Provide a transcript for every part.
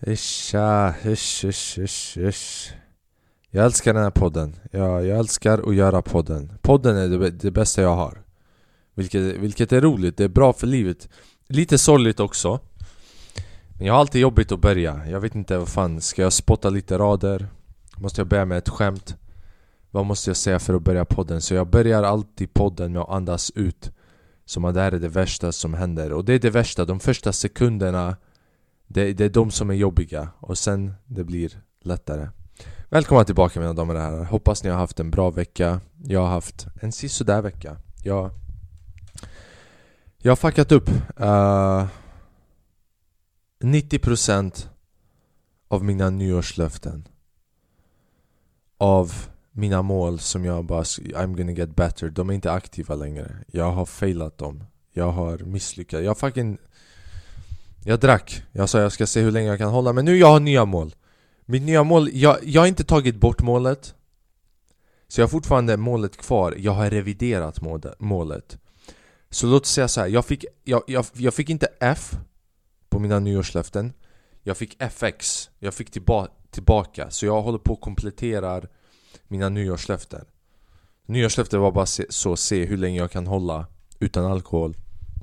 Isha, ish, ish, ish, ish. Jag älskar den här podden. Jag älskar att göra podden. Podden är det bästa jag har. Vilket är roligt, det är bra för livet. Lite sorgligt också. Men jag har alltid jobbigt att börja. Jag vet inte vad fan, ska jag spotta lite rader? Måste jag börja med ett skämt? Vad måste jag säga för att börja podden? Så jag börjar alltid podden med att andas ut. Som att det här är det värsta som händer. Och det är det värsta, de första sekunderna. Det är de som är jobbiga. Och sen det blir lättare. Välkomna tillbaka mina damer och herrar. Hoppas ni har haft en bra vecka. Jag har haft en sisådär vecka. Jag har fuckat upp 90% av mina nyårslöften. Av mina mål som jag bara I'm gonna get better. De är inte aktiva längre. Jag har failat dem. Jag har misslyckats. Jag drack. Jag sa jag ska se hur länge jag kan hålla. Men nu jag har nya mål. Mitt nya mål, jag har inte tagit bort målet. Så jag har fortfarande målet kvar. Jag har reviderat målet. Så låt oss säga så här. Jag fick inte F på mina nyårslöften. Jag fick FX. Jag fick tillbaka. Så jag håller på att komplettera mina nyårslöften. Nyårslöften var bara se hur länge jag kan hålla utan alkohol.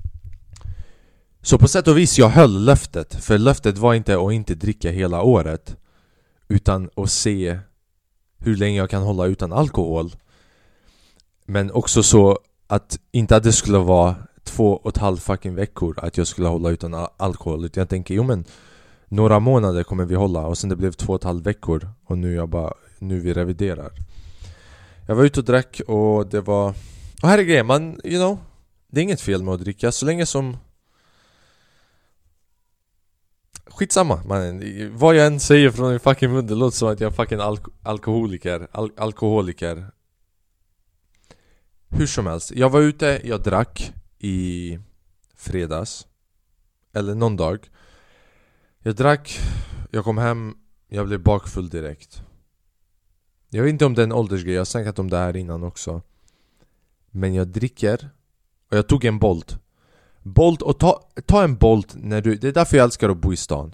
Så på sätt och vis jag höll löftet. För löftet var inte att inte dricka hela året, utan att se hur länge jag kan hålla utan alkohol. Men också så att inte att det skulle vara 2,5 fucking veckor att jag skulle hålla utan alkohol. Utan jag tänker, men några månader kommer vi hålla. Och sen det blev 2,5 veckor. Och nu vi reviderar. Jag var ute och drack och det var... Och här är grejen, det är inget fel med att dricka så länge som... Skitsamma, vad jag än säger från min fucking mun, det låter som att jag är fucking alkoholiker. Hur som helst, jag var ute, jag drack i fredags. Eller någon dag. Jag drack, jag kom hem, jag blev bakfull direkt. Jag vet inte om det är en åldersgrej, jag har snackat om det här innan också. Men jag dricker och jag tog en Bolt. Och ta en Bolt när det är därför jag älskar att bo i stan.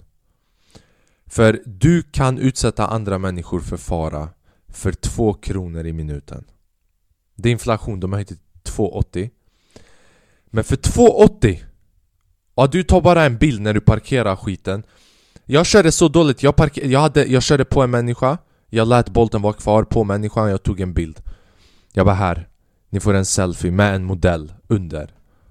För du kan utsätta andra människor för fara för 2 kronor i minuten. Det är inflation, de har hittat 2,80. Men för 2,80, och du tar bara en bild när du parkerar skiten. Jag körde så dåligt, jag körde på en människa. Jag lät Bolten vara kvar på människan, jag tog en bild. Jag bara här, ni får en selfie med en modell under.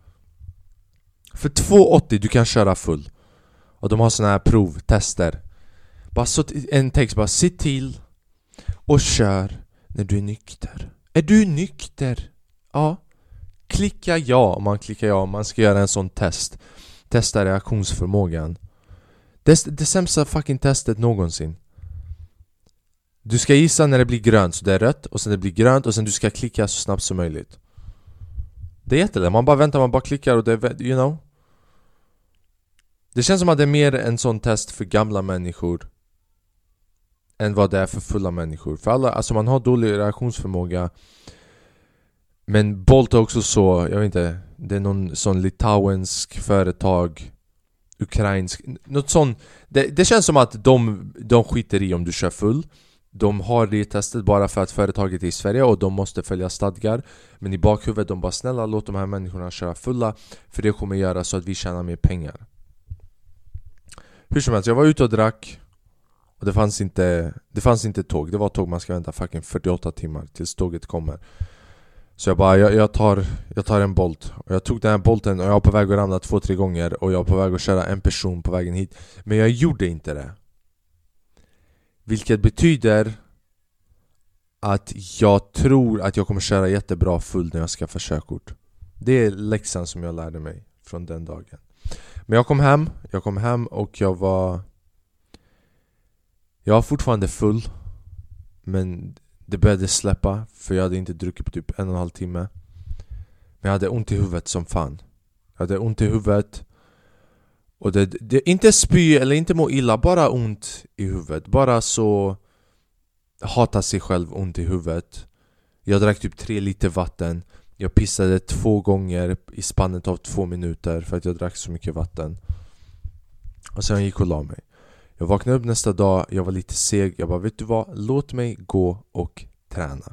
För 2,80 du kan köra full. Och de har såna här provtester. Bara så en text, bara sitt till och kör när du är nykter. Är du nykter? Ja. Klicka ja om man klickar ja. Om man ska göra en sån test. Testa reaktionsförmågan. Det sämsta fucking testet någonsin. Du ska gissa när det blir grönt, så det är rött. Och sen det blir grönt och sen du ska klicka så snabbt som möjligt. Det är jättelätt, man bara väntar, man bara klickar och det är, Det känns som att det är mer en sån test för gamla människor än vad det är för fulla människor. För alla, alltså man har dålig reaktionsförmåga. Men Bolt är också så, jag vet inte, det är någon sån litauensk företag, ukrainsk, något sån. Det känns som att de skiter i om du kör full. De har det testet bara för att företaget är i Sverige och de måste följa stadgar. Men i bakhuvudet, de bara snälla låt de här människorna köra fulla, för det kommer göra så att vi tjänar mer pengar. Hur som helst, jag var ute och drack. Och det fanns inte tåg. Det var tåg, man ska vänta fucking 48 timmar tills tåget kommer. Så jag bara, jag tar en Bolt. Och jag tog den här Bolten och jag var på väg att ramla 2-3 gånger. Och jag var på väg att köra en person på vägen hit. Men jag gjorde inte det. Vilket betyder att jag tror att jag kommer köra jättebra full när jag skaffar körkort. Det är läxan som jag lärde mig från den dagen. Men jag kom hem och jag var fortfarande full. Men det började släppa, för jag hade inte druckit på typ 1,5 timme. Men jag hade ont i huvudet som fan. Jag hade ont i huvudet. Och det inte spy eller inte må illa, bara ont i huvudet. Bara så hata sig själv, ont i huvudet. Jag drack typ 3 liter vatten. Jag pissade 2 gånger i spannet av 2 minuter för att jag drack så mycket vatten. Och sen gick och la mig. Jag vaknade upp nästa dag, jag var lite seg. Jag bara, vet du vad? Låt mig gå och träna.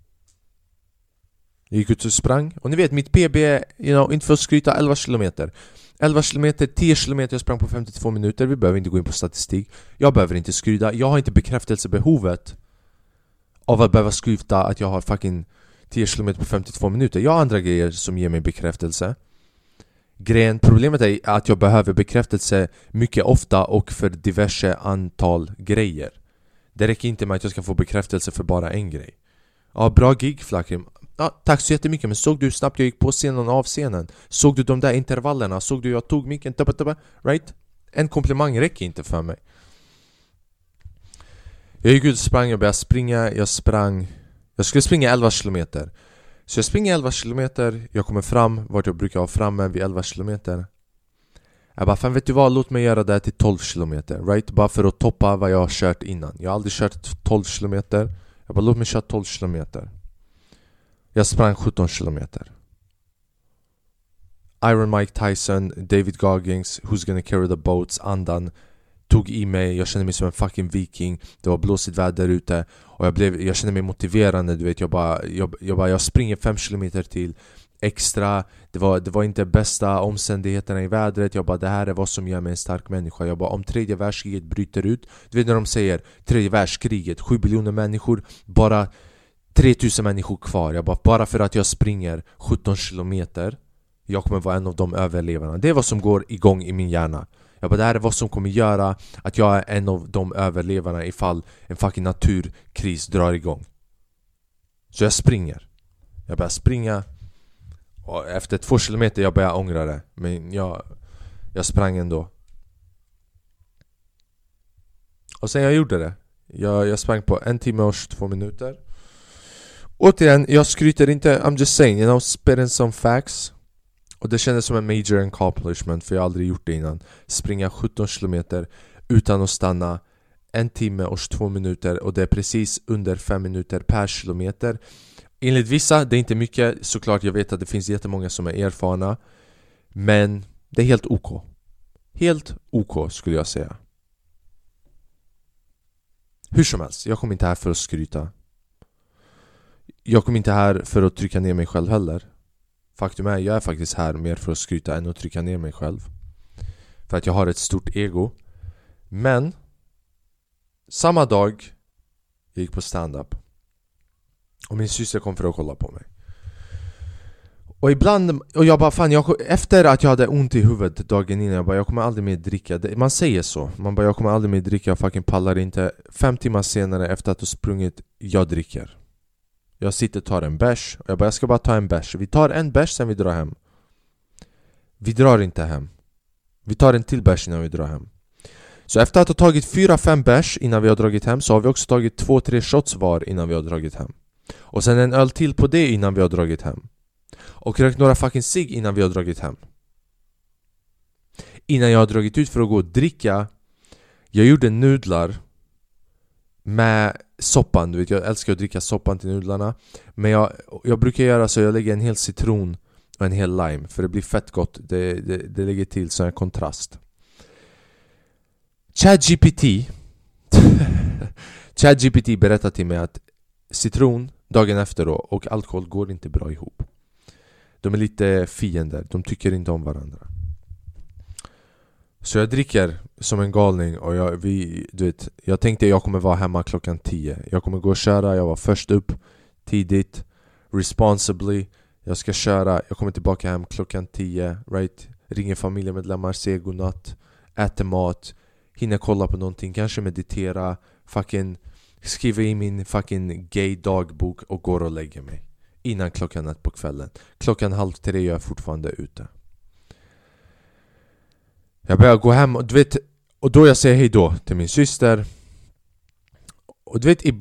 Jag gick ut och sprang. Och ni vet, mitt PB är, inte för att skryta, 11 kilometer. 11 kilometer, 10 kilometer, jag sprang på 52 minuter. Vi behöver inte gå in på statistik. Jag behöver inte skryta. Jag har inte bekräftelsebehovet av att behöva skryta att jag har fucking 10 kilometer på 52 minuter. Jag har andra grejer som ger mig bekräftelse. Problemet är att jag behöver bekräftelse mycket ofta och för diverse antal grejer. Det räcker inte med att jag ska få bekräftelse för bara en grej. Ja, bra gig, Flakim. Ja, tack så jättemycket, men såg du hur snabbt jag gick på scenen och av scenen? Såg du de där intervallerna? Såg du jag tog micken? Right? En komplimang räcker inte för mig. Jag gick ut och sprang, jag började springa. Jag skulle springa 11 kilometer. Så jag springer 11 kilometer. Jag kommer fram vart jag brukar vara framme vid 11 kilometer. Jag bara, fan vet du vad, låt mig göra det till 12 kilometer, right? Bara för att toppa vad jag har kört innan. Jag har aldrig kört 12 kilometer. Jag bara, låt mig köra 12 kilometer. Jag sprang 17 kilometer. Iron Mike Tyson, David Goggins, Who's Gonna Carry the Boats, andan tog i mig. Jag kände mig som en fucking viking. Det var blåsigt väder ute. Och jag kände mig motiverande, du vet. Jag springer 5 kilometer till extra. Det var inte bästa omständigheterna i vädret. Jag bara, det här är vad som gör mig en stark människa. Jag bara, om tredje världskriget bryter ut. Du vet när de säger tredje världskriget, 7 biljoner människor, bara 3000 människor kvar. Jag bara för att jag springer 17 kilometer, jag kommer vara en av de överlevarna. Det är vad som går igång i min hjärna. Jag bara, det här är vad som kommer göra att jag är en av de överlevarna ifall en fucking naturkris drar igång. Så jag springer. Jag börjar springa. Och efter 2 kilometer jag börjar ångra det. Men jag sprang ändå. Och sen jag gjorde det. Jag sprang på 1 timme och 22 minuter. Återigen, jag skryter inte. I'm just saying, spitting some facts. Och det kändes som en major accomplishment, för jag har aldrig gjort det innan. Springa 17 kilometer utan att stanna, 1 timme och 22 minuter. Och det är precis under 5 minuter per kilometer. Enligt vissa, det är inte mycket. Såklart, jag vet att det finns jättemånga som är erfarna. Men det är helt OK. Helt OK skulle jag säga. Hur som helst, jag kommer inte här för att skryta. Jag kommer inte här för att trycka ner mig själv heller. Faktum är, jag är faktiskt här mer för att skryta än att trycka ner mig själv. För att jag har ett stort ego. Men samma dag jag gick på stand-up och min syster kom för att kolla på mig. Och ibland, och jag bara, efter att jag hade ont i huvudet dagen innan, jag bara, jag kommer aldrig mer dricka. Man säger så, man bara, jag kommer aldrig mer dricka, jag fucking pallar inte. 5 timmar senare efter att ha sprungit, jag dricker. Jag sitter och tar en bärs. Och jag bara, jag ska bara ta en bärs. Vi tar en bärs sen vi drar hem. Vi drar inte hem. Vi tar en till bärs innan vi drar hem. Så efter att ha tagit 4-5 bärs innan vi har dragit hem, så har vi också tagit 2-3 shots var innan vi har dragit hem. Och sen en öl till på det innan vi har dragit hem. Och rökt några fucking cigg innan vi har dragit hem. Innan jag har dragit ut för att gå och dricka, jag gjorde nudlar med soppan, du vet, jag älskar att dricka soppan till nudlarna. Men jag brukar göra så, jag lägger en hel citron och en hel lime, för det blir fett gott. Det lägger till sån här kontrast. ChatGPT berättar till mig att citron dagen efter då och alkohol går inte bra ihop. De är lite fiender, de tycker inte om varandra. Så jag dricker som en galning. Och jag tänkte jag kommer vara hemma klockan 10. Jag kommer gå och köra, jag var först upp tidigt, responsibly. Jag ska köra, jag kommer tillbaka hem klockan 10, right? Ringer familjemedlemmar, säger godnatt, äter mat, hinner kolla på någonting, kanske meditera, fucking skriver i min fucking gay dagbok och går och lägger mig innan klockan 1 på kvällen. 2:30 är jag fortfarande ute. Jag börjar gå hem och du vet, och då jag säger hej då till min syster. Och du vet,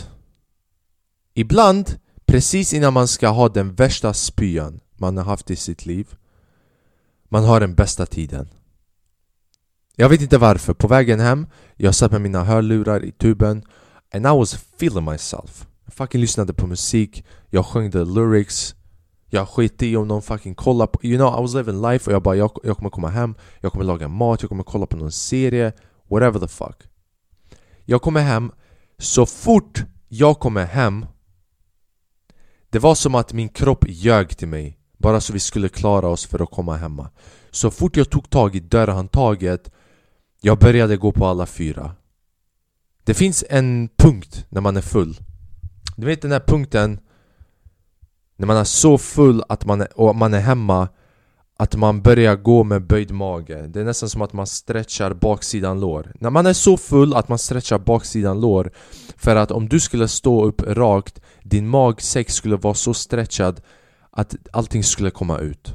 ibland precis innan man ska ha den värsta spyan man har haft i sitt liv, man har den bästa tiden. Jag vet inte varför. På vägen hem, jag satt med mina hörlurar i tuben, and I was feeling myself. Jag fucking lyssnade på musik, jag sjöng the lyrics. Jag skit i om någon fucking kollar på, I was living life. Och jag bara, jag kommer komma hem, jag kommer laga mat, jag kommer kolla på någon serie, Whatever the fuck. Jag kommer hem. Så fort jag kommer hem, det var som att min kropp ljög till mig, bara så vi skulle klara oss för att komma hemma. Så fort jag tog tag i dörrhandtaget, jag började gå på alla fyra. Det finns en punkt när man är full. Du vet den här punkten när man är så full att man är hemma, att man börjar gå med böjd mage. Det är nästan som att man stretchar baksidan lår. När man är så full att man stretchar baksidan lår, för att om du skulle stå upp rakt, din magsäck skulle vara så stretchad att allting skulle komma ut.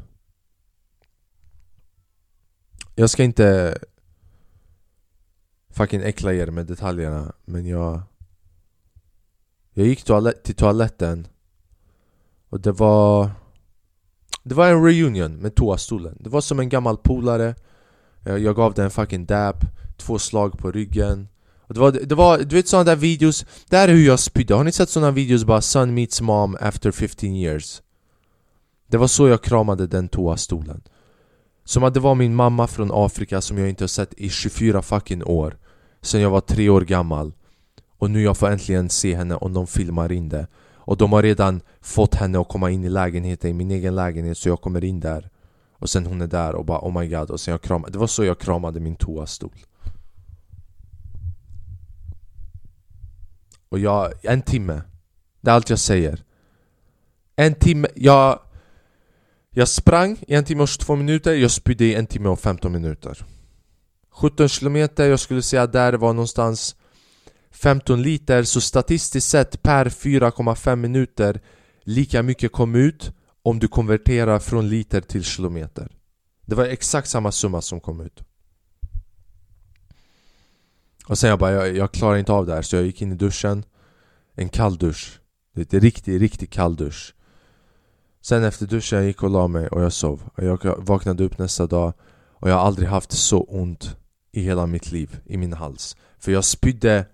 Jag ska inte fucking äckla er med detaljerna, men jag gick till toaletten och det var en reunion med toastolen. Det var som en gammal polare. Jag gav den en fucking dab, 2 slag på ryggen. Och det var du vet sådana där videos. Det här är hur jag spydde. Har ni sett sådana videos bara son meets mom after 15 years? Det var så jag kramade den toastolen. Som att det var min mamma från Afrika som jag inte har sett i 24 fucking år. Sen jag var 3 år gammal. Och nu jag får äntligen se henne och de filmar in det. Och de har redan fått henne att komma in i lägenheten, i min egen lägenhet, så jag kommer in där. Och sen hon är där och bara oh my god. Och sen det var så jag kramade min toastol. Och en timme. Det är allt jag säger. En timme. Jag sprang i 1 timme och 22 minuter. Jag spydde i 1 timme och 15 minuter. 17 kilometer. Jag skulle säga där var någonstans 15 liter. Så statistiskt sett per 4,5 minuter lika mycket kom ut om du konverterar från liter till kilometer. Det var exakt samma summa som kom ut. Och sen jag klarar inte av det här, så jag gick in i duschen. En kall dusch. Det är riktigt kall dusch. Sen efter duschen jag gick och la mig och jag sov. Och jag vaknade upp nästa dag och jag har aldrig haft så ont i hela mitt liv i min hals. För jag spydde.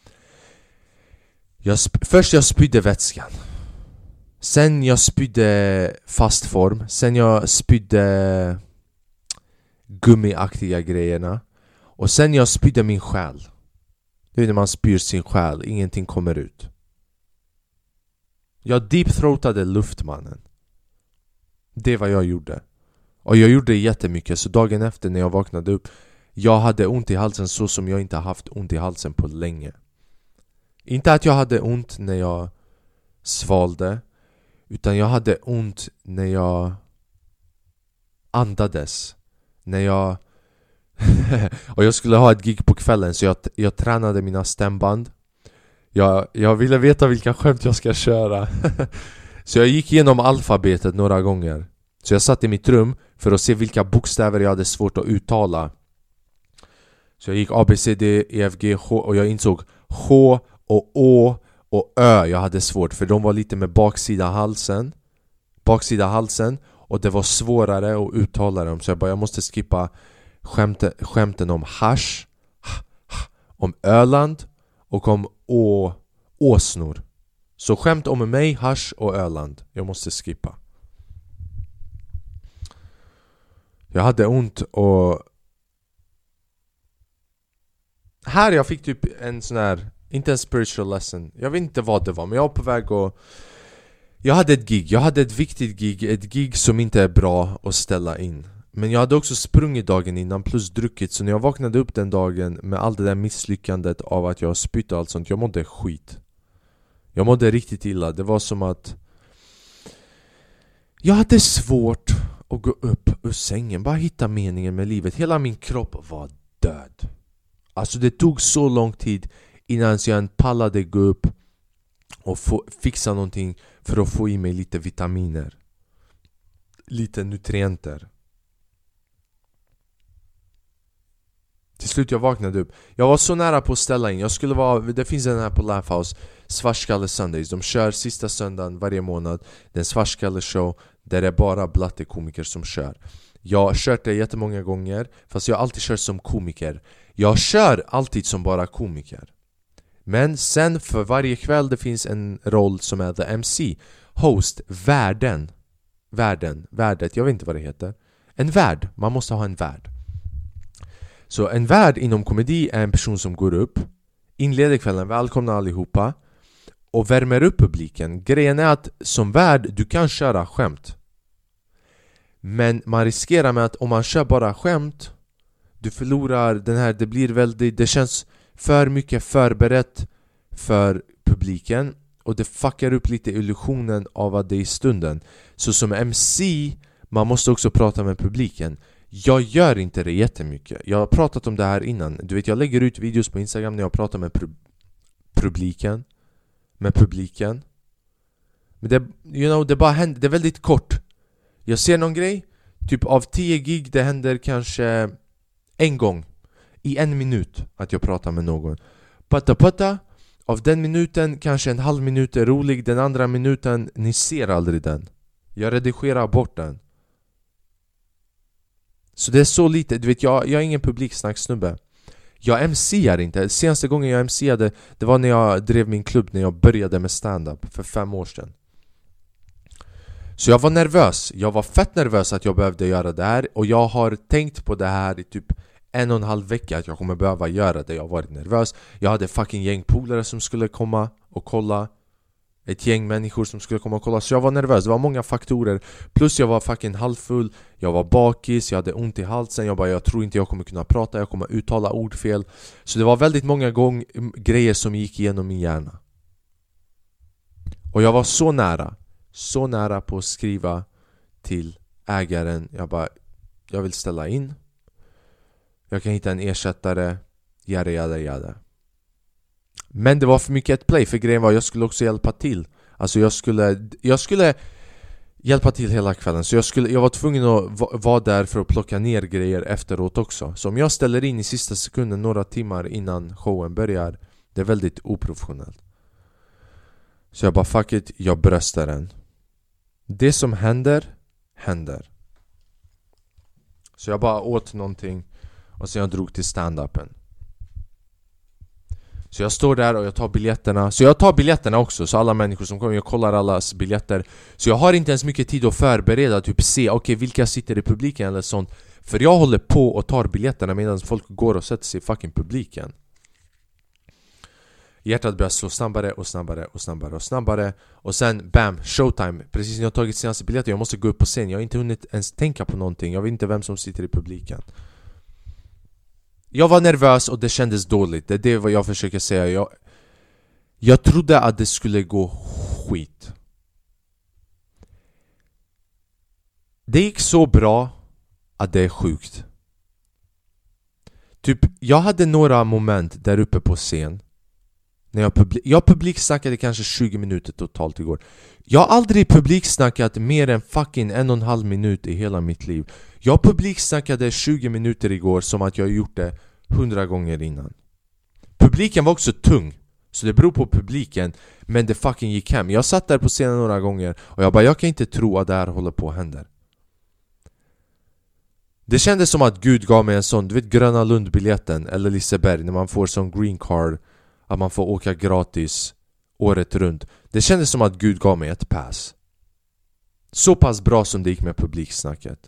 Först jag spydde vätskan. Sen jag spydde fast form. Sen jag spydde gummiaktiga grejerna. Och sen jag spydde min själ. Det är när man spyr sin själ. Ingenting kommer ut. Jag deep-throatade luftmannen. Det var jag gjorde. Och jag gjorde det jättemycket. Så dagen efter när jag vaknade upp, jag hade ont i halsen så som jag inte haft ont i halsen på länge. Inte att jag hade ont när jag svalde, utan jag hade ont när jag andades. När jag och jag skulle ha ett gig på kvällen, så jag tränade mina stämband. Jag ville veta vilka skämt jag ska köra. Så jag gick igenom alfabetet några gånger. Så jag satt i mitt rum för att se vilka bokstäver jag hade svårt att uttala. Så jag gick A, B, C, D, E, F, G, H. Och jag insåg H och Å och Ö jag hade svårt, för de var lite med baksida halsen. Och det var svårare att uttala dem. Så jag måste skippa skämten om hasch, om Öland och om åsnor. Så skämt om mig, hasch och Öland jag måste skippa. Jag hade ont och här jag fick typ en sån här, inte en spiritual lesson. Jag vet inte vad det var, men jag var på väg och jag hade ett gig. Jag hade ett viktigt gig. Ett gig som inte är bra att ställa in. Men jag hade också sprungit dagen innan plus druckit. Så när jag vaknade upp den dagen med allt det där misslyckandet av att jag spytt och allt sånt, jag mådde skit. Jag mådde riktigt illa. Det var som att jag hade svårt att gå upp ur sängen. Bara hitta meningen med livet. Hela min kropp var död. Alltså det tog så lång tid innan jag pallade gå upp och fixa någonting för att få i mig lite vitaminer, lite nutrienter. Till slut jag vaknade upp. Jag var så nära på att ställa in. Det finns den här på Laugh House, Svartskalle Sundays. De kör sista söndagen varje månad. Det är en Svartskalle show där det är bara blattekomiker som kör. Jag har kört det jättemånga gånger, fast jag har alltid kört som komiker. Jag kör alltid som bara komiker. Men sen för varje kväll det finns en roll som är the MC, host, värdet, jag vet inte vad det heter. En värd, man måste ha en värd. Så en värd inom komedi är en person som går upp, inleder kvällen, välkomna allihopa, och värmer upp publiken. Grejen är att som värd, du kan köra skämt. Men man riskerar med att om man kör bara skämt, du förlorar den här, det känns för mycket förberett för publiken. Och det fuckar upp lite illusionen av att det är i stunden. Så som MC, man måste också prata med publiken. Jag gör inte det jättemycket. Jag har pratat om det här innan. Du vet, jag lägger ut videos på Instagram när jag pratar med publiken. Men det bara händer, det är väldigt kort. Jag ser någon grej, typ av 10 gig, det händer kanske en gång i 1 minut att jag pratar med någon. Patta. Av den minuten kanske en halv minut är rolig. Den andra minuten, ni ser aldrig den. Jag redigerar bort den. Så det är så lite. Du vet, jag är ingen publiksnacksnubbe. Jag MCar inte. Senaste gången jag MCade, det var när jag drev min klubb, när jag började med stand-up för 5 år sedan. Så jag var nervös. Jag var fett nervös att jag behövde göra det här. Och jag har tänkt på det här i typ 1,5 vecka att jag kommer behöva göra det. Jag har varit nervös. Jag hade fucking gäng polare som skulle komma och kolla. Ett gäng människor som skulle komma och kolla. Så jag var nervös. Det var många faktorer. Plus jag var fucking halvfull. Jag var bakis. Jag hade ont i halsen. Jag tror inte jag kommer kunna prata. Jag kommer uttala ord fel. Så det var väldigt många grejer som gick igenom min hjärna. Och jag var så nära på att skriva till ägaren. Jag vill ställa in. Jag kan hitta en ersättare. Jada. Men det var för mycket ett play. För grejen var jag skulle också hjälpa till. Alltså jag skulle hjälpa till hela kvällen. Så jag var tvungen att vara där för att plocka ner grejer efteråt också. Så om jag ställer in i sista sekunden några timmar innan showen börjar, det är väldigt oprofessionellt. Så jag bara fuck it, jag bröstar den. Det som händer. Så jag bara åt någonting. Och sen jag drog till stand-upen. Så jag står där och jag tar biljetterna. Så jag tar biljetterna också. Så alla människor som kommer, jag kollar allas biljetter. Så jag har inte ens mycket tid att förbereda. Typ se, okej, vilka sitter i publiken eller sånt. För jag håller på och tar biljetterna medan folk går och sätter sig i fucking publiken. Hjärtat börjar slå snabbare. Och sen, bam, showtime. Precis när jag har tagit senaste biljetter, jag måste gå upp på scen. Jag har inte hunnit ens tänka på någonting. Jag vet inte vem som sitter i publiken. Jag var nervös och det kändes dåligt. Det är vad jag försöker säga. Jag trodde att det skulle gå skit. Det gick så bra att det är sjukt. Typ, jag hade några moment där uppe på scen. När jag publiksnackade kanske 20 minuter totalt igår. Jag har aldrig publiksnackat mer än fucking 1,5 minut i hela mitt liv. Jag publiksnackade 20 minuter igår som att jag gjort det 100 gånger innan. Publiken var också tung. Så det beror på publiken. Men det fucking gick hem. Jag satt där på scenen några gånger och jag kan inte tro att det här håller på att hända. Det kändes som att Gud gav mig en sån, du vet, Gröna Lund-biljetten eller Liseberg, när man får sån green card, att man får åka gratis året runt. Det kändes som att Gud gav mig ett pass. Så pass bra som det gick med publiksnacket.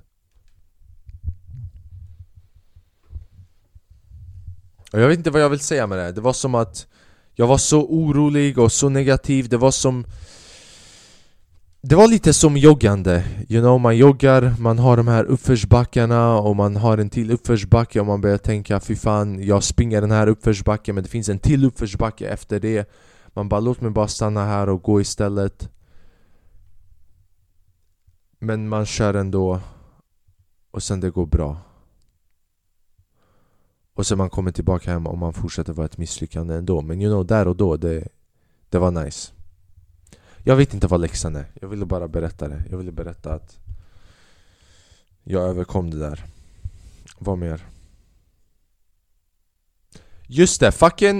Och jag vet inte vad jag vill säga med det. Det var som att jag var så orolig och så negativ. Det var lite som joggande. Man joggar, man har de här uppförsbackarna och man har en till uppförsbacke och man börjar tänka, fy fan, jag springer den här uppförsbacken men det finns en till uppförsbacke efter det. Man bara, låt mig bara stanna här och gå istället. Men man kör ändå och sen det går bra. Och sen man kommer tillbaka hem och man fortsätter vara ett misslyckande ändå. Men där och då, det var nice. Jag vet inte vad läxan är. Jag ville bara berätta det. Jag ville berätta att jag överkom det där. Vad mer? Just det, fucking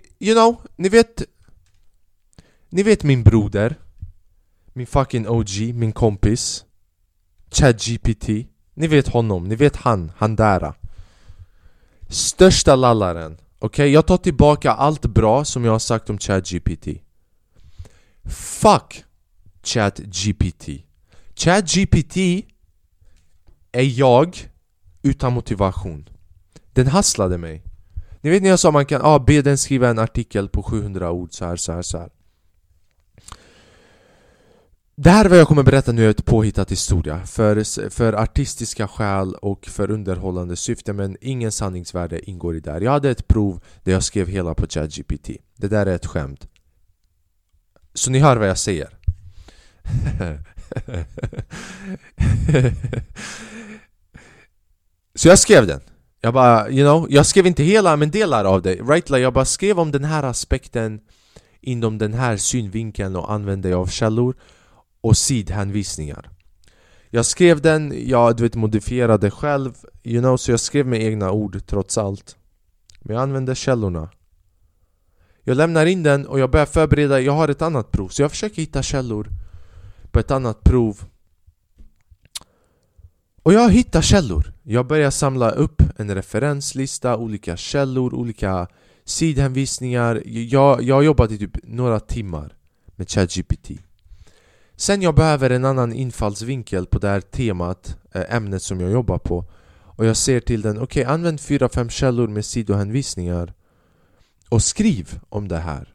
ni vet min broder, min fucking OG, min kompis ChatGPT. Ni vet honom, ni vet han där. Största lallaren. Okej, jag tar tillbaka allt bra som jag har sagt om ChatGPT. Fuck ChatGPT. ChatGPT är jag utan motivation. Den hasslade mig. Ni vet när jag sa man kan be den skriva en artikel på 700 ord så här. Det här vad jag kommer berätta nu är ett påhittat historia för artistiska skäl och för underhållande syfte, men ingen sanningsvärde ingår i det här. Jag hade ett prov där jag skrev hela på ChatGPT. Det där är ett skämt. Så ni hör vad jag säger. Så jag skrev den. Jag bara, jag skrev inte hela men delar av det. Jag bara skrev om den här aspekten inom den här synvinkeln och använde jag av källor och sidhänvisningar. Jag skrev den, jag modifierade själv, så jag skrev med egna ord trots allt. Men jag använde källorna. Jag lämnar in den och jag börjar förbereda, jag har ett annat prov. Så jag försöker hitta källor på ett annat prov. Och jag hittar källor. Jag börjar samla upp en referenslista, olika källor, olika sidhänvisningar. Jag har jobbat i typ några timmar med ChatGPT. Sen jag behöver en annan infallsvinkel på det här temat, ämnet som jag jobbar på. Och jag säger till den, okej, använd 4-5 källor med sidohänvisningar och skriv om det här.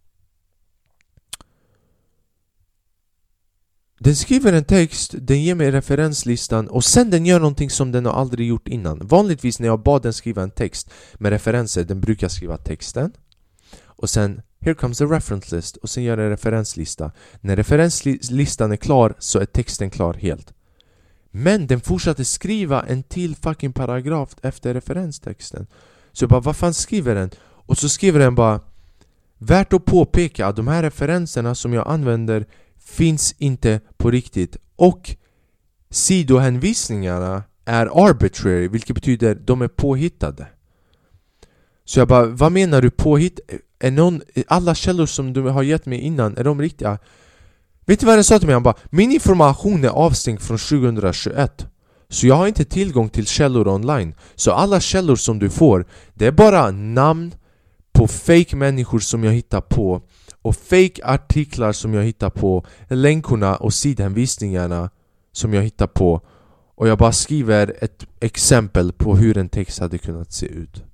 Den skriver en text, den ger mig referenslistan och sen den gör någonting som den har aldrig gjort innan. Vanligtvis när jag bad den skriva en text med referenser, den brukar skriva texten och sen here comes a reference list och sen gör den referenslista. När referenslistan är klar så är texten klar helt. Men den fortsatte skriva en till fucking paragraf efter referenstexten. Så jag bara, vad fan skriver den? Och så skriver den bara, värt att påpeka att de här referenserna som jag använder finns inte på riktigt. Och sidohänvisningarna är arbitrary, vilket betyder de är påhittade. Så jag bara, vad menar du påhitt? Alla källor som du har gett mig innan, är de riktiga? Vet du vad den sa till mig? Han bara, min information är avstängd från 2021. Så jag har inte tillgång till källor online. Så alla källor som du får, det är bara namn på fake människor som jag hittar på och fake artiklar som jag hittar på, länkarna och sidhänvisningarna som jag hittar på. Och jag bara skriver ett exempel på hur en text hade kunnat se ut.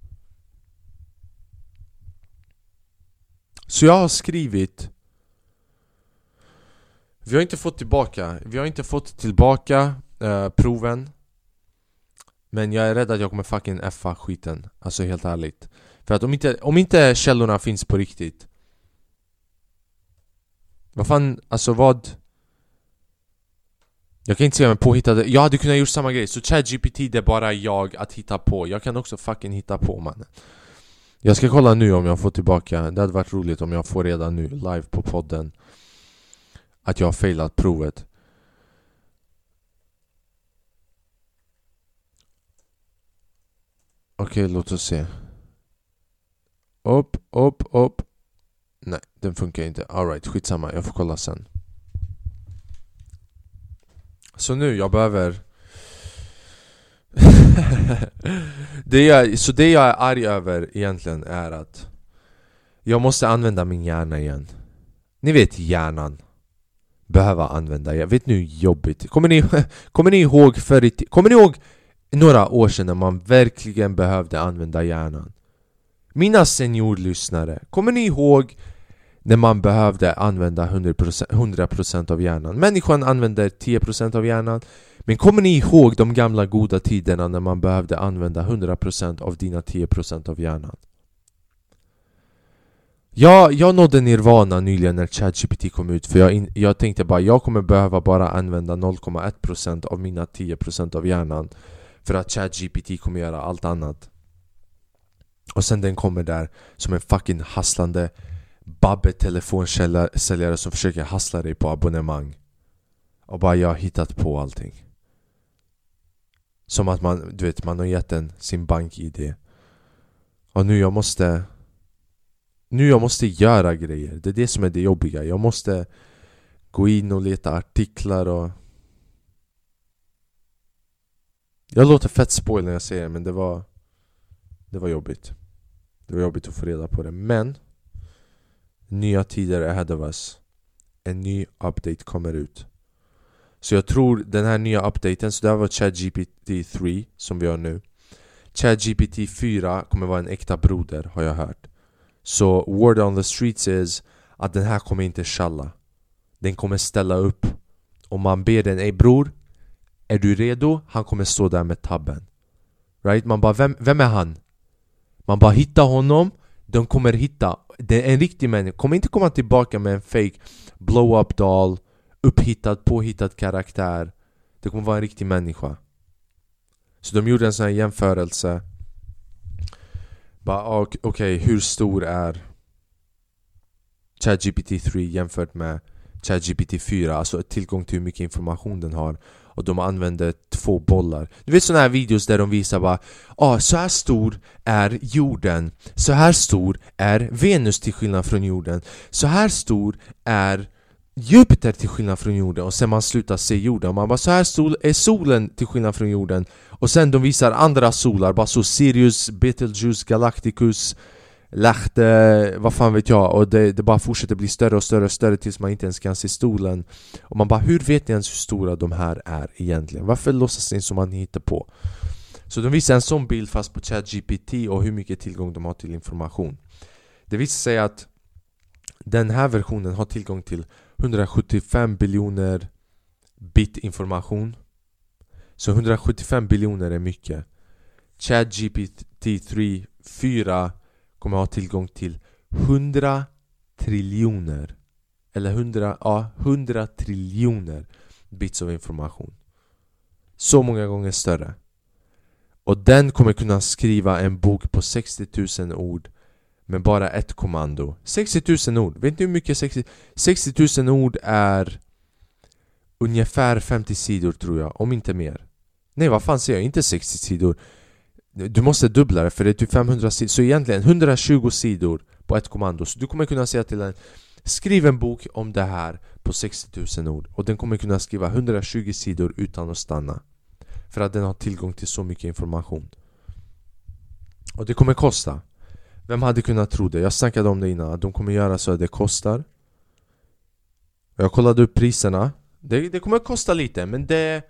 Så jag har skrivit, vi har inte fått tillbaka proven. Men jag är rädd att jag kommer fucking effa skiten. Alltså helt ärligt. För att om inte källorna finns på riktigt, vad fan, alltså vad? Jag kan inte säga mig påhittade. Jag hade kunnat gjort samma grej. Så ChatGPT, det är bara jag att hitta på. Jag kan också fucking hitta på, man. Jag ska kolla nu om jag får tillbaka. Det hade varit roligt om jag får redan nu live på podden att jag har failat provet. Okej, låt oss se. Upp. Nej, den funkar inte. Alright, skitsamma, jag får kolla sen. Så nu, jag behöver det jag är arg över egentligen är att jag måste använda min hjärna igen. Ni vet hjärnan. Behöva använda. Jag vet nu jobbigt. Kommer ni ihåg några år sedan när man verkligen behövde använda hjärnan? Mina seniorlyssnare, kommer ni ihåg när man behövde använda 100% av hjärnan? Människan använder 10% av hjärnan. Men kommer ni ihåg de gamla goda tiderna när man behövde använda 100% av dina 10% av hjärnan? Jag nådde nirvana nyligen när ChatGPT kom ut. För jag tänkte bara, jag kommer behöva bara använda 0,1% av mina 10% av hjärnan. För att ChatGPT kommer göra allt annat. Och sen den kommer där som en fucking hasslande Babbe-telefonsäljare som försöker hassla dig på abonnemang. Och bara jag har hittat på allting. Som att man har gett den sin bank-ID. Och nu jag måste göra grejer. Det är det som är det jobbiga. Jag måste gå in och leta artiklar och... Jag låter fett spoil när jag säger det, men det var jobbigt. Det var jobbigt att få reda på det. Men nya tider är ahead of us. En ny update kommer ut. Så jag tror den här nya updaten, så det här var ChatGPT 3 som vi har nu. ChatGPT 4 kommer vara en äkta broder, har jag hört. Så word on the streets is att den här kommer inte challa. Den kommer ställa upp. Om man ber den, ey bror, är du redo? Han kommer stå där med tabben. Right? Man bara, vem är han? Man bara hittar honom. De kommer hitta, det är en riktig människa. Kommer inte komma tillbaka med en fake blow-up doll, påhittad karaktär. Det kommer vara en riktig människa. Så de gjorde en sån här jämförelse. Bara, okej, hur stor är ChatGPT 3 jämfört med ChatGPT 4? Alltså tillgång till hur mycket information den har. Och de använde 2 bollar. Du vet såna här videos där de visar bara, så här stor är jorden, så här stor är Venus till skillnad från jorden, så här stor är Jupiter till skillnad från jorden. Och sen man slutar se jorden, man bara, så här stor är solen till skillnad från jorden. Och sen de visar andra solar, bara så Sirius, Betelgeuse, Galacticus, Lachte, vad fan vet jag. Och det bara fortsätter bli större och större och större tills man inte ens kan se stolen. Och man bara, hur vet ni ens hur stora de här är egentligen? Varför låtsas ni som man hittar på? Så de visar en sån bild fast på ChatGPT och hur mycket tillgång de har till information. Det visar sig att den här versionen har tillgång till 175 biljoner bit information. Så 175 biljoner är mycket. ChatGPT 4 kommer ha tillgång till 100 triljoner. Eller 100 triljoner bits av information. Så många gånger större. Och den kommer kunna skriva en bok på 60 000 ord med bara ett kommando. 60 000 ord. Vet ni hur mycket 60 000 ord är? Ungefär 50 sidor tror jag, om inte mer. Nej, vad fan säger jag? Inte 60 sidor. Du måste dubbla det, för det är typ 500 sidor. Så egentligen 120 sidor på ett kommando. Så du kommer kunna säga till den, skriv en bok om det här på 60 000 ord. Och den kommer kunna skriva 120 sidor utan att stanna. För att den har tillgång till så mycket information. Och det kommer kosta. Vem hade kunnat tro det? Jag snackade om det innan, att de kommer göra så att det kostar. Jag kollade upp priserna. Det kommer kosta lite, men det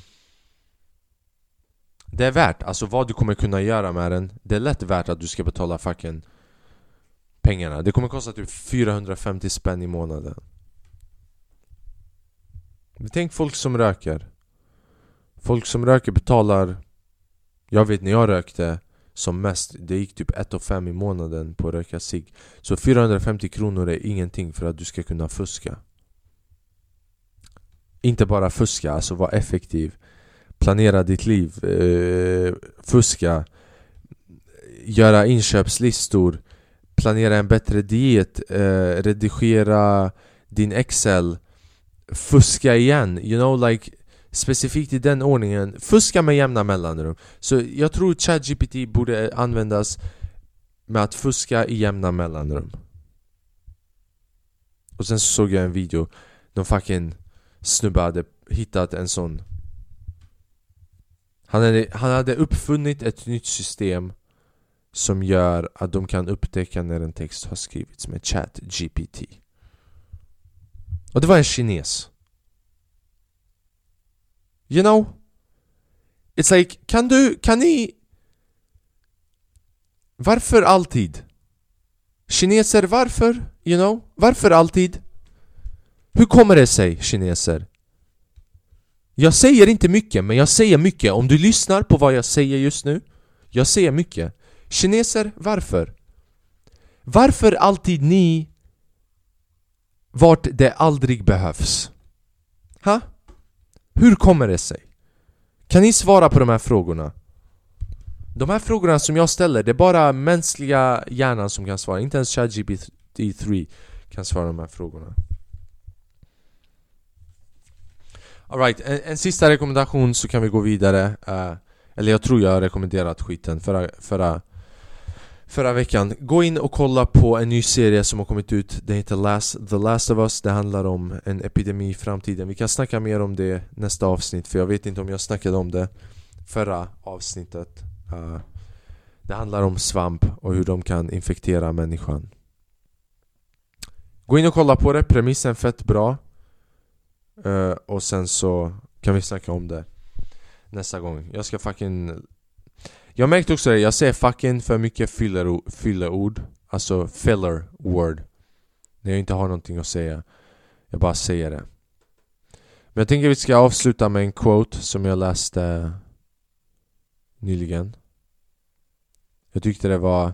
är värt. Alltså vad du kommer kunna göra med den. Det är lätt värt att du ska betala fucking pengarna. Det kommer kosta typ 450 spänn i månaden. Tänk folk som röker. Folk som röker betalar, jag vet när jag rökte som mest, det gick typ 1,5 i månaden på att röka cigg. Så 450 kronor är ingenting för att du ska kunna fuska. Inte bara fuska, alltså vara effektiv. Planera ditt liv, fuska, göra inköpslistor, planera en bättre diet, redigera din Excel, fuska igen, you know, like specifikt i den ordningen, fuska med jämna mellanrum. Så jag tror ChatGPT borde användas med att fuska i jämna mellanrum. Och sen såg jag en video, de fucking snubbe hade hittat en sån. Han hade uppfunnit ett nytt system som gör att de kan upptäcka när en text har skrivits med ChatGPT. Och det var en kines. You know? It's like, kan ni... Varför alltid? Kineser, varför? You know? Varför alltid? Hur kommer det sig, kineser? Jag säger inte mycket, men jag säger mycket. Om du lyssnar på vad jag säger just nu, jag säger mycket. Kineser, varför? Varför alltid ni vart det aldrig behövs? Ha? Hur kommer det sig? Kan ni svara på de här frågorna? De här frågorna som jag ställer, det är bara mänskliga hjärnan som kan svara. Inte ens ChatGPT 3 kan svara de här frågorna. All right, en sista rekommendation så kan vi gå vidare. Eller jag tror jag har rekommenderat skiten förra veckan. Gå in och kolla på en ny serie som har kommit ut. Det heter The Last of Us. Det handlar om en epidemi i framtiden. Vi kan snacka mer om det nästa avsnitt, för jag vet inte om jag snackade om det förra avsnittet. Det handlar om svamp och hur de kan infektera människan. Gå in och kolla på det. Premissen fett bra. Och sen så kan vi snacka om det nästa gång. Jag märkte också det, jag säger fucking för mycket fyllerord. Alltså filler word. När jag inte har någonting att säga. Jag bara säger det. Men jag tänker vi ska avsluta med en quote som jag läste nyligen. Jag tyckte det var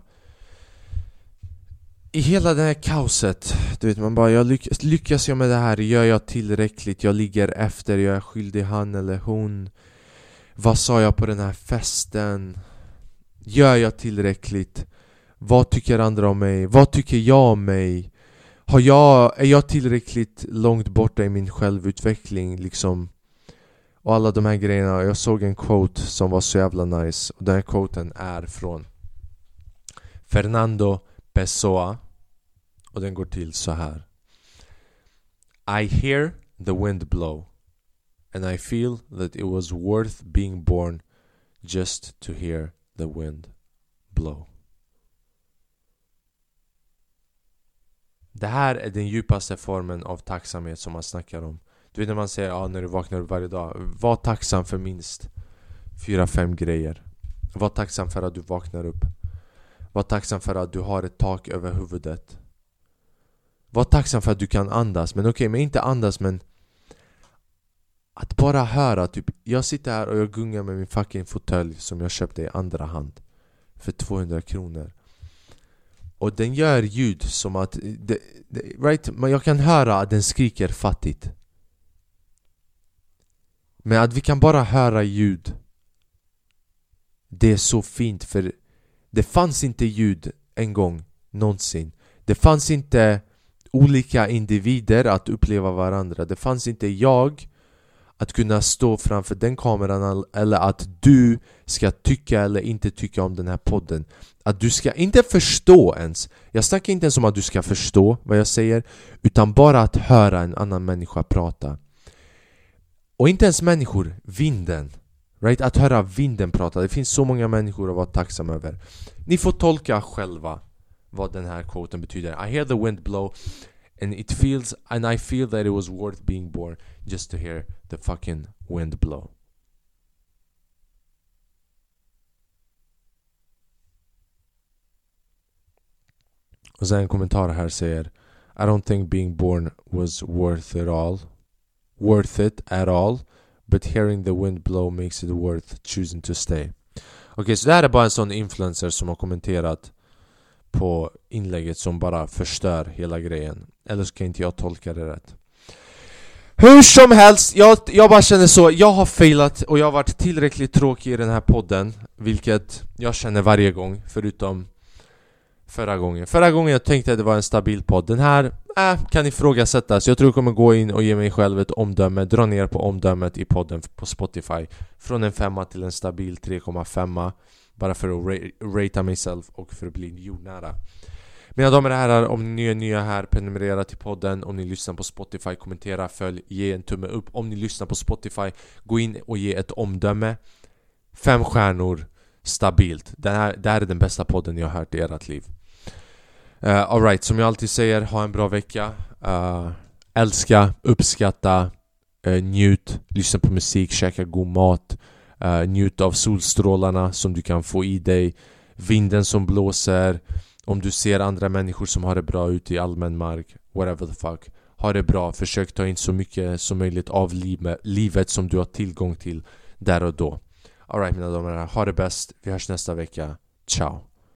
i hela det här kaoset, du vet, man bara, lyckas jag med det här? Gör jag tillräckligt? Jag ligger efter, jag är skyldig han eller hon. Vad sa jag på den här festen? Gör jag tillräckligt? Vad tycker andra om mig? Vad tycker jag om mig? Är jag tillräckligt långt borta i min självutveckling liksom? Och alla de här grejerna. Jag såg en quote som var så jävla nice. Och den här quoten är från Fernando Pessoa. Och den går till så här: I hear the wind blow, and I feel that it was worth being born just to hear the wind blow. Det här är den djupaste formen av tacksamhet som man snackar om. Du vet när man säger när du vaknar upp varje dag, var tacksam för minst 4-5 grejer. Var tacksam för att du vaknar upp. Var tacksam för att du har ett tak över huvudet. Var tacksam för att du kan andas. Men okej, men inte andas, men att bara höra typ, jag sitter här och jag gungar med min fucking fåtölj som jag köpte i andra hand för 200 kronor. Och den gör ljud som att right? Men jag kan höra att den skriker fattigt. Men att vi kan bara höra ljud, det är så fint. För det fanns inte ljud en gång någonsin. Det fanns inte olika individer att uppleva varandra. Det fanns inte jag att kunna stå framför den kameran, eller att du ska tycka eller inte tycka om den här podden. Att du ska inte förstå ens. Jag snackar inte ens om att du ska förstå vad jag säger, utan bara att höra en annan människa prata. Och inte ens människor, vinden. Right? Att höra vinden prata. Det finns så många människor att vara tacksam över. Ni får tolka själva vad den här quoten betyder. I hear the wind blow, and I feel that it was worth being born just to hear the fucking wind blow. Och sen en kommentar här säger: I don't think being born was worth it at all, but hearing the wind blow makes it worth choosing to stay. Okej, så det här är bara en sån influencer som har kommenterat på inlägget som bara förstör hela grejen. Eller så kan inte jag tolka det rätt. Hur som helst, jag bara känner så. Jag har failat och jag har varit tillräckligt tråkig i den här podden, vilket jag känner varje gång, förutom förra gången. Förra gången jag tänkte att det var en stabil podd. Den här kan ifrågasättas. Jag tror jag kommer gå in och ge mig själv ett omdöme. Dra ner på omdömet i podden på Spotify från en 5 till en stabil 3,5. Bara för att ratea mig själv och för att bli jordnära. Mina damer och herrar, om ni är nya här, prenumerera till podden. Om ni lyssnar på Spotify, kommentera, följ, ge en tumme upp. Om ni lyssnar på Spotify, gå in och ge ett omdöme. 5 stjärnor, stabilt. Det här är den bästa podden jag har hört i ert liv. Alright, som jag alltid säger, ha en bra vecka. Älska, uppskatta, njut, lyssna på musik, käka god mat. Njut av solstrålarna som du kan få i dig, vinden som blåser. Om du ser andra människor som har det bra ute i allmän mark, whatever the fuck, ha det bra. Försök ta in så mycket som möjligt av livet som du har tillgång till där och då. Alright mina damer och herrar, ha det bäst. Vi hörs nästa vecka. Ciao.